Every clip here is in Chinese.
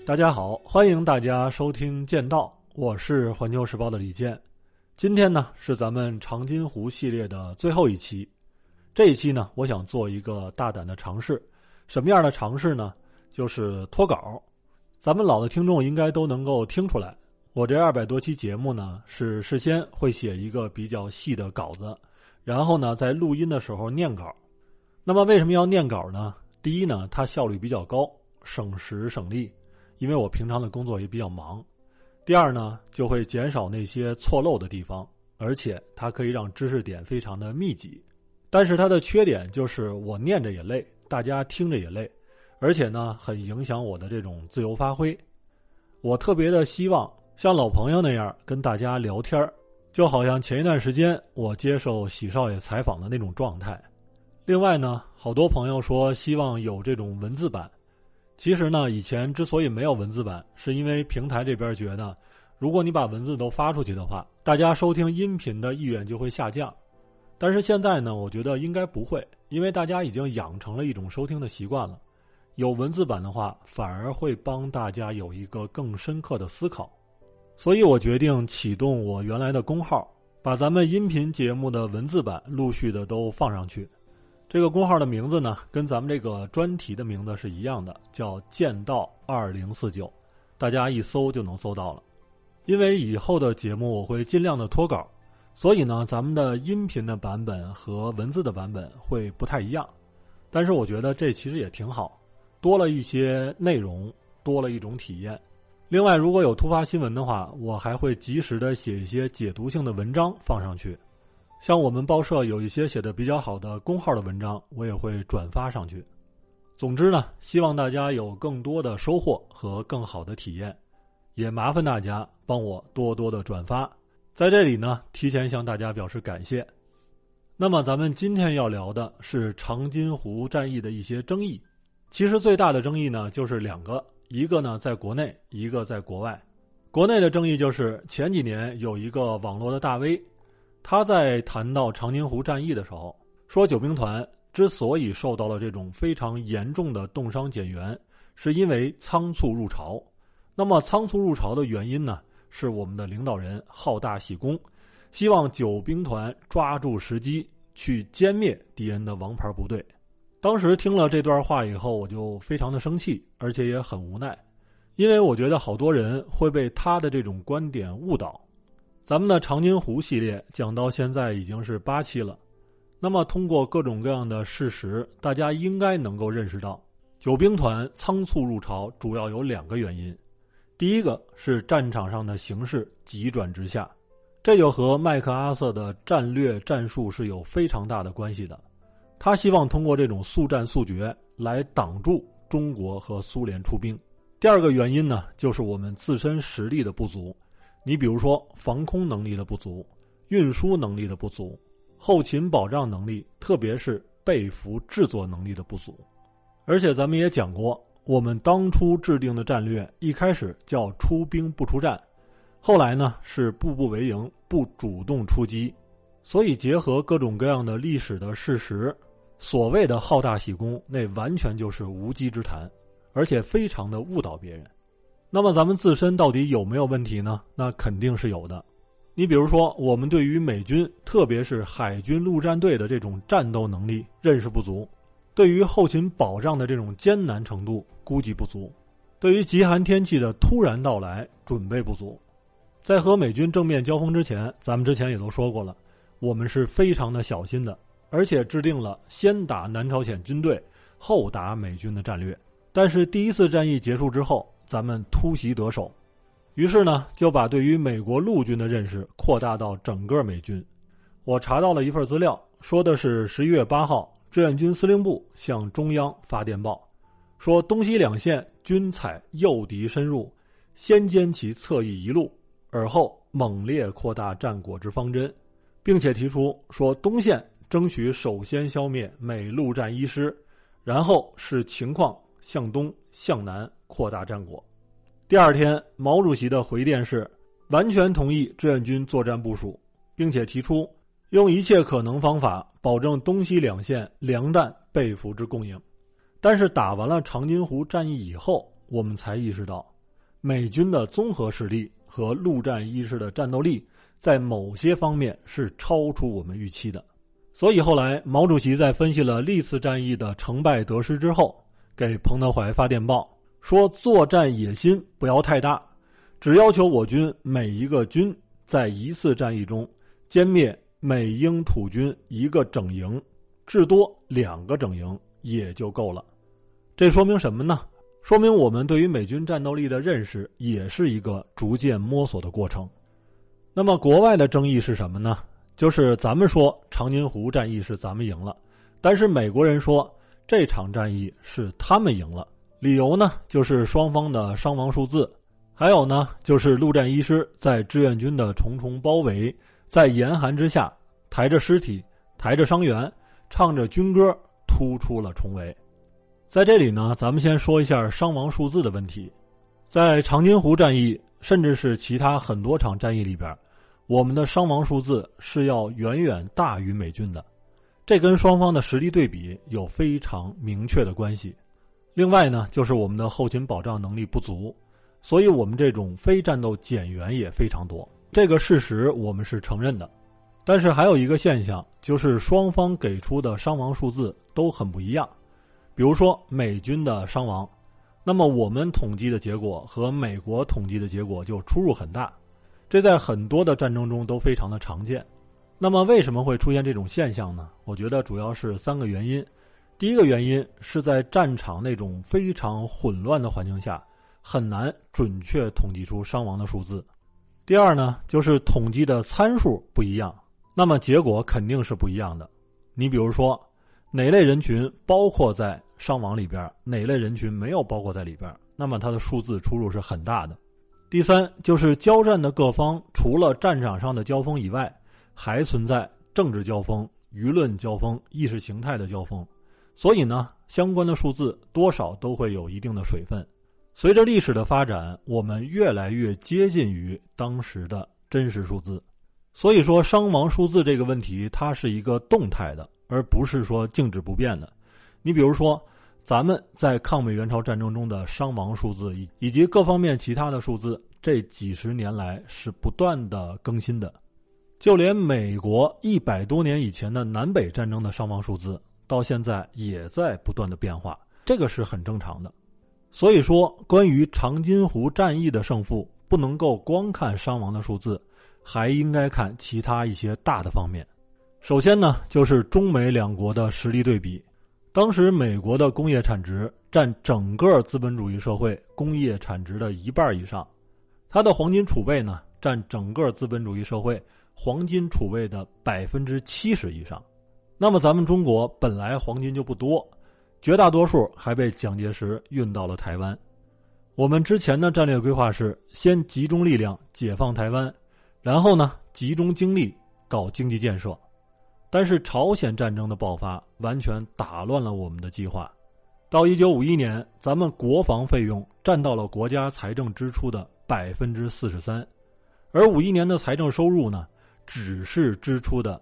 大家好，欢迎大家收听剑道，我是环球时报的李健。今天呢是咱们长津湖系列的最后一期。这一期呢，我想做一个大胆的尝试。什么样的尝试呢？就是脱稿。咱们老的听众应该都能够听出来，我这200多期节目呢，是事先会写一个比较细的稿子，然后呢在录音的时候念稿。那么为什么要念稿呢？第一呢，它效率比较高，省时省力，因为我平常的工作也比较忙。第二呢，就会减少那些错漏的地方，而且它可以让知识点非常的密集。但是它的缺点就是我念着也累，大家听着也累，而且呢很影响我的这种自由发挥。我特别的希望像老朋友那样跟大家聊天，就好像前一段时间我接受喜少爷采访的那种状态。另外呢，好多朋友说希望有这种文字版。其实呢，以前之所以没有文字版，是因为平台这边觉得，如果你把文字都发出去的话，大家收听音频的意愿就会下降。但是现在呢，我觉得应该不会，因为大家已经养成了一种收听的习惯了。有文字版的话，反而会帮大家有一个更深刻的思考。所以我决定启动我原来的公号，把咱们音频节目的文字版陆续的都放上去。这个公号的名字呢，跟咱们这个专题的名字是一样的，叫剑道2049，大家一搜就能搜到了。因为以后的节目我会尽量的脱稿，所以呢，咱们的音频的版本和文字的版本会不太一样。但是我觉得这其实也挺好，多了一些内容，多了一种体验。另外，如果有突发新闻的话，我还会及时的写一些解读性的文章放上去。像我们报社有一些写的比较好的公号的文章，我也会转发上去。总之呢，希望大家有更多的收获和更好的体验，也麻烦大家帮我多多的转发。在这里呢，提前向大家表示感谢。那么咱们今天要聊的是长津湖战役的一些争议。其实最大的争议呢，就是2个，一个呢在国内，一个在国外。国内的争议就是前几年有一个网络的大 V，他在谈到长津湖战役的时候，说九兵团之所以受到了这种非常严重的冻伤减员，是因为仓促入朝。那么仓促入朝的原因呢，是我们的领导人好大喜功，希望九兵团抓住时机去歼灭敌人的王牌部队。当时听了这段话以后，我就非常的生气，而且也很无奈，因为我觉得好多人会被他的这种观点误导。咱们的长津湖系列讲到现在已经是8期了，那么通过各种各样的事实，大家应该能够认识到，九兵团仓促入朝主要有2个原因。第一个是战场上的形势急转直下，这就和麦克阿瑟的战略战术是有非常大的关系的。他希望通过这种速战速决来挡住中国和苏联出兵。第2个原因呢，就是我们自身实力的不足。你比如说防空能力的不足，运输能力的不足，后勤保障能力，特别是被服制作能力的不足。而且咱们也讲过，我们当初制定的战略一开始叫出兵不出战，后来呢是步步为营，不主动出击。所以结合各种各样的历史的事实，所谓的好大喜功，那完全就是无稽之谈，而且非常的误导别人。那么咱们自身到底有没有问题呢？那肯定是有的。你比如说，我们对于美军，特别是海军陆战队的这种战斗能力认识不足，对于后勤保障的这种艰难程度估计不足，对于极寒天气的突然到来准备不足。在和美军正面交锋之前，咱们之前也都说过了，我们是非常的小心的，而且制定了先打南朝鲜军队后打美军的战略。但是第1次战役结束之后，咱们突袭得手，于是呢就把对于美国陆军的认识扩大到整个美军。我查到了一份资料，说的是11月8号志愿军司令部向中央发电报，说东西2线均采诱敌深入，先歼其侧翼一路，而后猛烈扩大战果之方针，并且提出说东线争取首先消灭美陆战一师，然后视情况向东向南扩大战果。第2天，毛主席的回电是完全同意志愿军作战部署，并且提出用一切可能方法保证东西2线粮弹被俘之供应。但是打完了长津湖战役以后，我们才意识到美军的综合实力和陆战一师的战斗力在某些方面是超出我们预期的。所以后来毛主席在分析了历次战役的成败得失之后，给彭德怀发电报说，作战野心不要太大，只要求我军每一个军在一次战役中歼灭美英土军一个整营，至多2个整营也就够了。这说明什么呢？说明我们对于美军战斗力的认识也是一个逐渐摸索的过程。那么国外的争议是什么呢？就是咱们说长津湖战役是咱们赢了，但是美国人说这场战役是他们赢了，理由呢就是双方的伤亡数字，还有呢就是陆战一师在志愿军的重重包围，在严寒之下抬着尸体，抬着伤员，唱着军歌突出了重围。在这里呢，咱们先说一下伤亡数字的问题。在长津湖战役甚至是其他很多场战役里边，我们的伤亡数字是要远远大于美军的，这跟双方的实力对比有非常明确的关系。另外呢，就是我们的后勤保障能力不足，所以我们这种非战斗减员也非常多，这个事实我们是承认的。但是还有一个现象，就是双方给出的伤亡数字都很不一样。比如说美军的伤亡，那么我们统计的结果和美国统计的结果就出入很大，这在很多的战争中都非常的常见。那么为什么会出现这种现象呢？我觉得主要是3个原因。第一个原因是在战场那种非常混乱的环境下，很难准确统计出伤亡的数字。第二呢，就是统计的参数不一样，那么结果肯定是不一样的。你比如说哪类人群包括在伤亡里边，哪类人群没有包括在里边，那么它的数字出入是很大的。第三，就是交战的各方除了战场上的交锋以外，还存在政治交锋、舆论交锋、意识形态的交锋，所以呢，相关的数字多少都会有一定的水分。随着历史的发展，我们越来越接近于当时的真实数字。所以说伤亡数字这个问题，它是一个动态的，而不是说静止不变的。你比如说咱们在抗美援朝战争中的伤亡数字以及各方面其他的数字，这几十年来是不断的更新的。就连美国100多年以前的南北战争的伤亡数字到现在也在不断的变化，这个是很正常的。所以说关于长津湖战役的胜负，不能够光看伤亡的数字，还应该看其他一些大的方面。首先呢，就是中美两国的实力对比。当时美国的工业产值占整个资本主义社会工业产值的1半以上，它的黄金储备呢占整个资本主义社会黄金储备的70%以上。那么咱们中国本来黄金就不多，绝大多数还被蒋介石运到了台湾。我们之前的战略规划是先集中力量解放台湾，然后呢集中精力搞经济建设。但是朝鲜战争的爆发完全打乱了我们的计划。到1951年，咱们国防费用占到了国家财政支出的43%，而51年的财政收入呢，只是支出的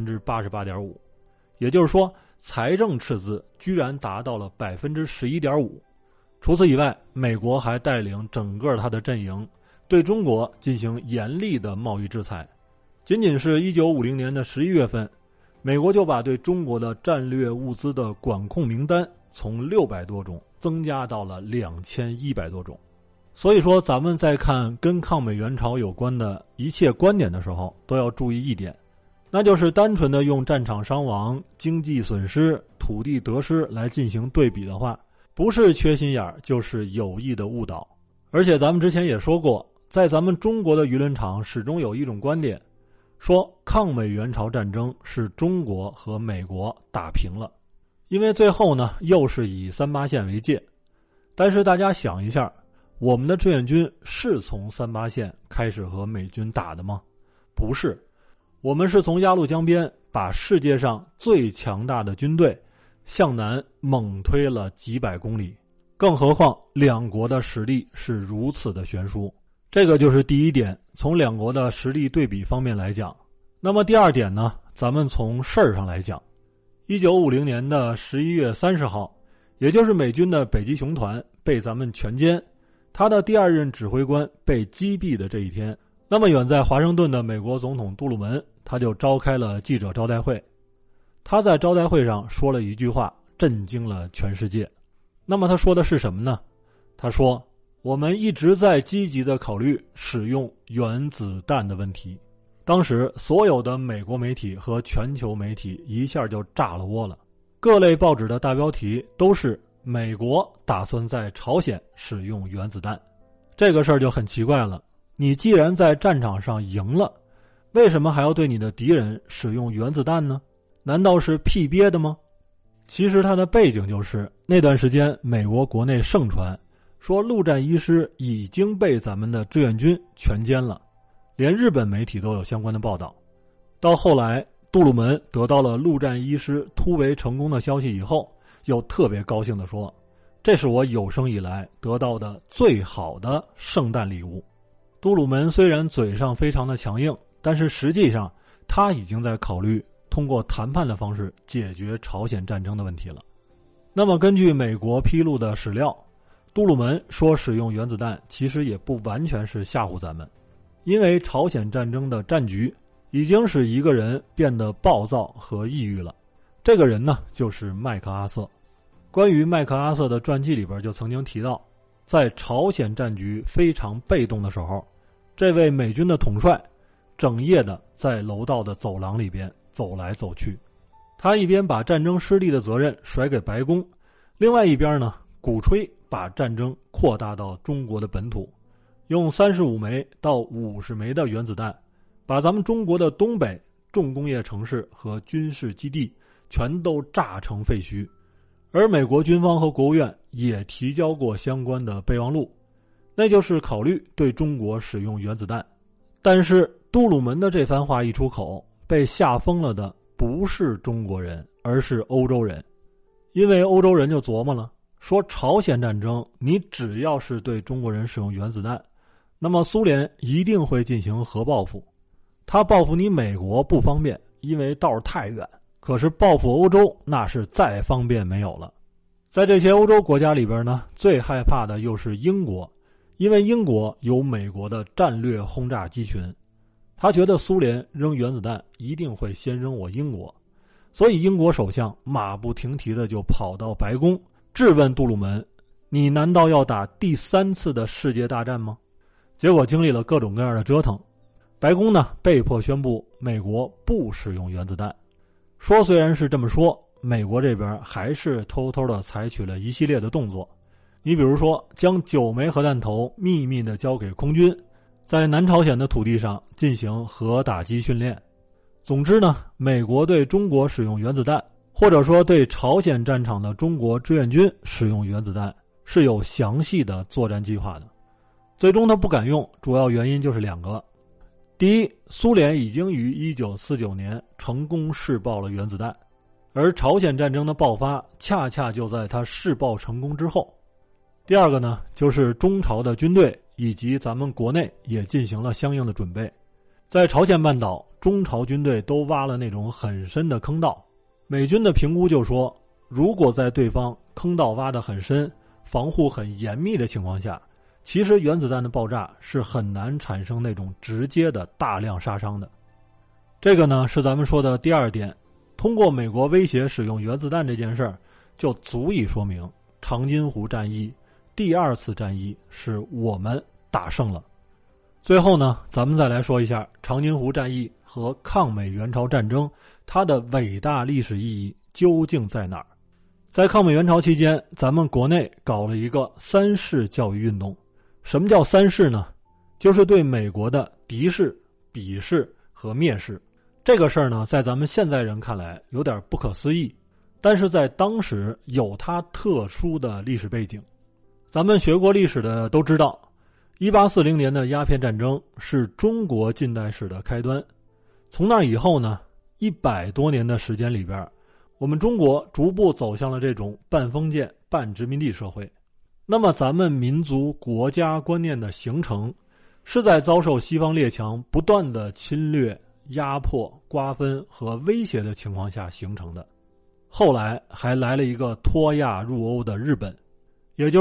88.5%，也就是说，财政赤字居然达到了11.5%。除此以外，美国还带领整个他的阵营对中国进行严厉的贸易制裁。仅仅是1950年的11月份，美国就把对中国的战略物资的管控名单从600多种增加到了2100多种。所以说咱们在看跟抗美援朝有关的一切观点的时候，都要注意一点，那就是单纯的用战场伤亡、经济损失、土地得失来进行对比的话，不是缺心眼儿，就是有意的误导。而且咱们之前也说过，在咱们中国的舆论场始终有一种观点，说抗美援朝战争是中国和美国打平了，因为最后呢又是以38线为界。但是大家想一下，我们的志愿军是从38线开始和美军打的吗？不是，我们是从鸭绿江边把世界上最强大的军队向南猛推了几百公里，更何况两国的实力是如此的悬殊。这个就是第一点，从两国的实力对比方面来讲。那么第二点呢，咱们从事儿上来讲。1950年的11月30号，也就是美军的北极熊团被咱们全歼， 他的第二任指挥官被击毙的这一天，那么远在华盛顿的美国总统杜鲁门，他就召开了记者招待会。他在招待会上说了一句话，震惊了全世界。那么他说的是什么呢？他说，我们一直在积极地考虑使用原子弹的问题。当时所有的美国媒体和全球媒体一下就炸了窝了，各类报纸的大标题都是美国打算在朝鲜使用原子弹。这个事儿就很奇怪了，你既然在战场上赢了，为什么还要对你的敌人使用原子弹呢？难道是屁憋的吗？其实它的背景就是那段时间美国国内盛传说陆战一师已经被咱们的志愿军全歼了，连日本媒体都有相关的报道。到后来杜鲁门得到了陆战一师突围成功的消息以后，又特别高兴地说，这是我有生以来得到的最好的圣诞礼物。杜鲁门虽然嘴上非常的强硬，但是实际上他已经在考虑通过谈判的方式解决朝鲜战争的问题了。那么根据美国披露的史料，杜鲁门说使用原子弹其实也不完全是吓唬咱们，因为朝鲜战争的战局已经使一个人变得暴躁和抑郁了。这个人呢，就是麦克阿瑟。关于麦克阿瑟的传记里边就曾经提到，在朝鲜战局非常被动的时候，这位美军的统帅整夜的在楼道的走廊里边走来走去，他一边把战争失利的责任甩给白宫，另外一边呢鼓吹把战争扩大到中国的本土，用35枚到50枚的原子弹把咱们中国的东北重工业城市和军事基地全都炸成废墟。而美国军方和国务院也提交过相关的备忘录，那就是考虑对中国使用原子弹。但是杜鲁门的这番话一出口，被吓疯了的不是中国人，而是欧洲人。因为欧洲人就琢磨了，说朝鲜战争你只要是对中国人使用原子弹，那么苏联一定会进行核报复。他报复你美国不方便，因为道太远，可是报复欧洲那是再方便没有了。在这些欧洲国家里边呢，最害怕的又是英国，因为英国有美国的战略轰炸机群，他觉得苏联扔原子弹一定会先扔我英国，所以英国首相马不停蹄的就跑到白宫质问杜鲁门，你难道要打第3次的世界大战吗？结果经历了各种各样的折腾，白宫呢被迫宣布美国不使用原子弹。说虽然是这么说，美国这边还是偷偷的采取了一系列的动作。你比如说将9枚核弹头秘密的交给空军，在南朝鲜的土地上进行核打击训练。总之呢，美国对中国使用原子弹，或者说对朝鲜战场的中国志愿军使用原子弹，是有详细的作战计划的。最终他不敢用，主要原因就是2个。第一，苏联已经于1949年成功试爆了原子弹，而朝鲜战争的爆发恰恰就在他试爆成功之后。第二个呢，就是中朝的军队以及咱们国内也进行了相应的准备。在朝鲜半岛，中朝军队都挖了那种很深的坑道，美军的评估就说，如果在对方坑道挖得很深，防护很严密的情况下，其实原子弹的爆炸是很难产生那种直接的大量杀伤的。这个呢是咱们说的第2点，通过美国威胁使用原子弹这件事儿，就足以说明长津湖战役第2次战役是我们打胜了。最后呢，咱们再来说一下长津湖战役和抗美援朝战争它的伟大历史意义究竟在哪儿。在抗美援朝期间，咱们国内搞了一个3式教育运动。什么叫3式呢？就是对美国的敌视、鄙视和蔑视。这个事儿呢，在咱们现在人看来有点不可思议，但是在当时有它特殊的历史背景。咱们学过历史的都知道，1840年的鸦片战争是中国近代史的开端。从那以后呢，100多年的时间里边，我们中国逐步走向了这种半封建半殖民地社会。那么咱们民族国家观念的形成，是在遭受西方列强不断的侵略、压迫、瓜分和威胁的情况下形成的。后来还来了一个脱亚入欧的日本，也就是说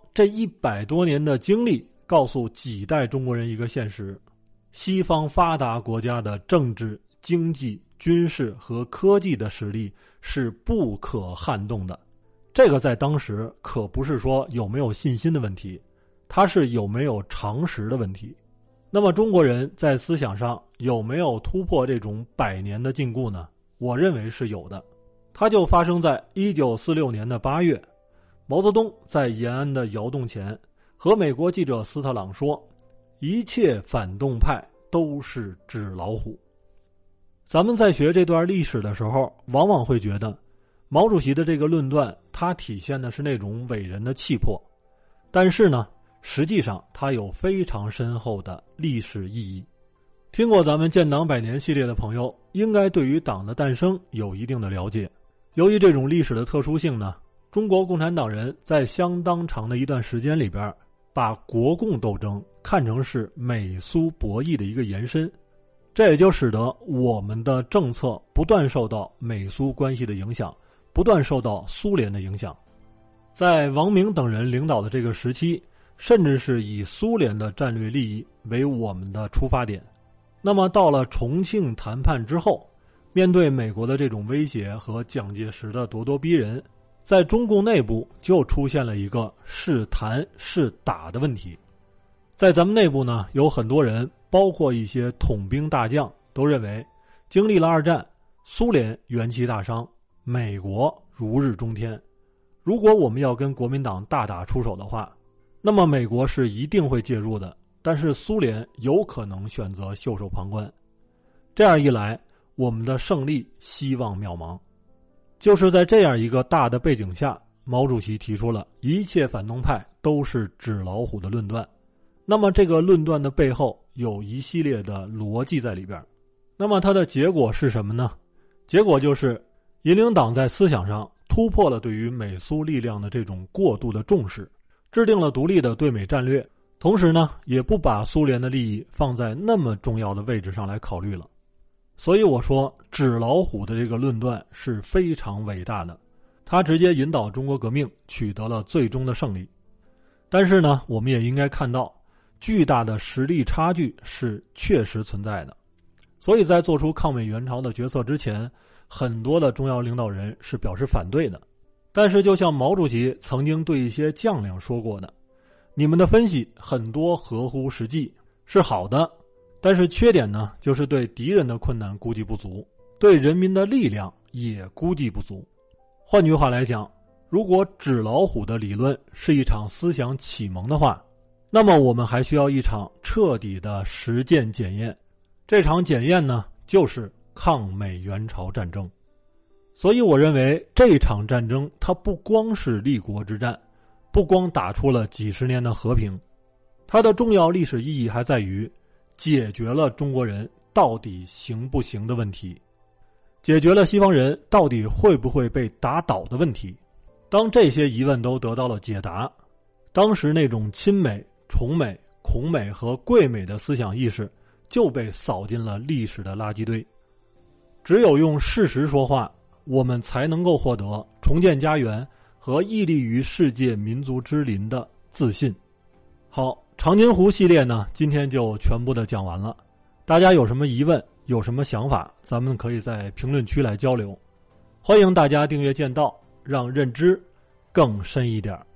这100多年的经历告诉几代中国人一个现实：西方发达国家的政治、经济、军事和科技的实力是不可撼动的。这个在当时可不是说有没有信心的问题，它是有没有常识的问题。那么中国人在思想上有没有突破这种100年的禁锢呢？我认为是有的。它就发生在1946年的8月，毛泽东在延安的窑洞前和美国记者斯特朗说，一切反动派都是纸老虎。咱们在学这段历史的时候，往往会觉得毛主席的这个论断，它体现的是那种伟人的气魄，但是呢，实际上它有非常深厚的历史意义。听过咱们建党100年系列的朋友，应该对于党的诞生有一定的了解。由于这种历史的特殊性呢，中国共产党人在相当长的一段时间里边，把国共斗争看成是美苏博弈的一个延伸，这也就使得我们的政策不断受到美苏关系的影响，不断受到苏联的影响。在王明等人领导的这个时期，甚至是以苏联的战略利益为我们的出发点。那么到了重庆谈判之后，面对美国的这种威胁和蒋介石的咄咄逼人，在中共内部就出现了一个是谈是打的问题。在咱们内部呢，有很多人，包括一些统兵大将，都认为经历了2战，苏联元气大伤，美国如日中天。如果我们要跟国民党大打出手的话，那么美国是一定会介入的，但是苏联有可能选择袖手旁观。这样一来，我们的胜利希望渺茫。就是在这样一个大的背景下，毛主席提出了一切反动派都是纸老虎的论断。那么这个论断的背后有一系列的逻辑在里边。那么它的结果是什么呢？结果就是引领党在思想上突破了对于美苏力量的这种过度的重视，制定了独立的对美战略，同时呢，也不把苏联的利益放在那么重要的位置上来考虑了。所以我说，纸老虎的这个论断是非常伟大的，它直接引导中国革命取得了最终的胜利。但是呢，我们也应该看到，巨大的实力差距是确实存在的。所以在做出抗美援朝的决策之前，很多的中央领导人是表示反对的。但是就像毛主席曾经对一些将领说过的，你们的分析很多合乎实际，是好的，但是缺点呢，就是对敌人的困难估计不足，对人民的力量也估计不足。换句话来讲，如果纸老虎的理论是一场思想启蒙的话，那么我们还需要一场彻底的实践检验。这场检验呢，就是抗美援朝战争。所以我认为这场战争它不光是立国之战，不光打出了几十年的和平，它的重要历史意义还在于解决了中国人到底行不行的问题，解决了西方人到底会不会被打倒的问题。当这些疑问都得到了解答，当时那种亲美、崇美、恐美和贵美的思想意识就被扫进了历史的垃圾堆。只有用事实说话，我们才能够获得重建家园和屹立于世界民族之林的自信。好，长津湖系列呢，今天就全部的讲完了。大家有什么疑问，有什么想法，咱们可以在评论区来交流。欢迎大家订阅剑道，让认知更深一点。